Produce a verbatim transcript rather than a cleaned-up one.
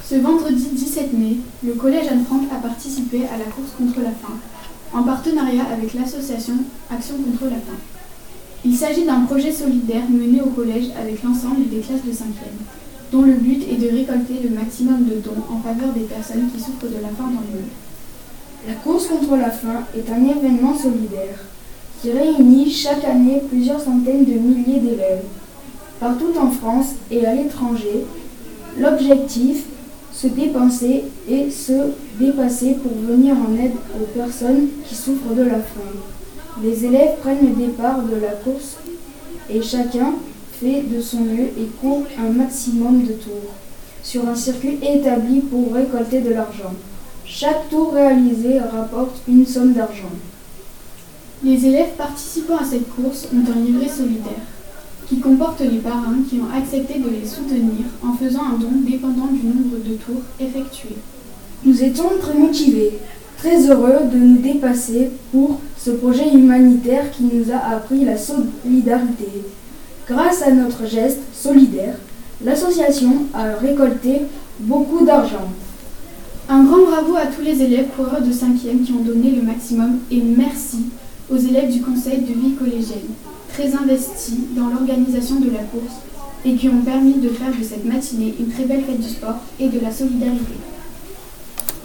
Ce vendredi dix-sept mai, le collège Anne-Franck a participé à la course contre la faim, en partenariat avec l'association Action contre la faim. Il s'agit d'un projet solidaire mené au collège avec l'ensemble des classes de cinquième, dont le but est de récolter le maximum de dons en faveur des personnes qui souffrent de la faim dans le monde. La course contre la faim est un événement solidaire qui réunit chaque année plusieurs centaines de milliers d'élèves. Partout en France et à l'étranger, l'objectif, se dépenser et se dépasser pour venir en aide aux personnes qui souffrent de la faim. Les élèves prennent le départ de la course et chacun fait de son mieux et court un maximum de tours sur un circuit établi pour récolter de l'argent. Chaque tour réalisé rapporte une somme d'argent. Les élèves participant à cette course ont un livret solidaire qui comporte les parrains qui ont accepté de les soutenir en faisant un don dépendant du nombre de tours effectués. Nous étions très motivés, très heureux de nous dépasser pour ce projet humanitaire qui nous a appris la solidarité. Grâce à notre geste solidaire, l'association a récolté beaucoup d'argent. Un grand bravo à tous les élèves coureurs de cinquième qui ont donné le maximum et merci aux élèves du conseil de vie collégienne, très investis dans l'organisation de la course et qui ont permis de faire de cette matinée une très belle fête du sport et de la solidarité.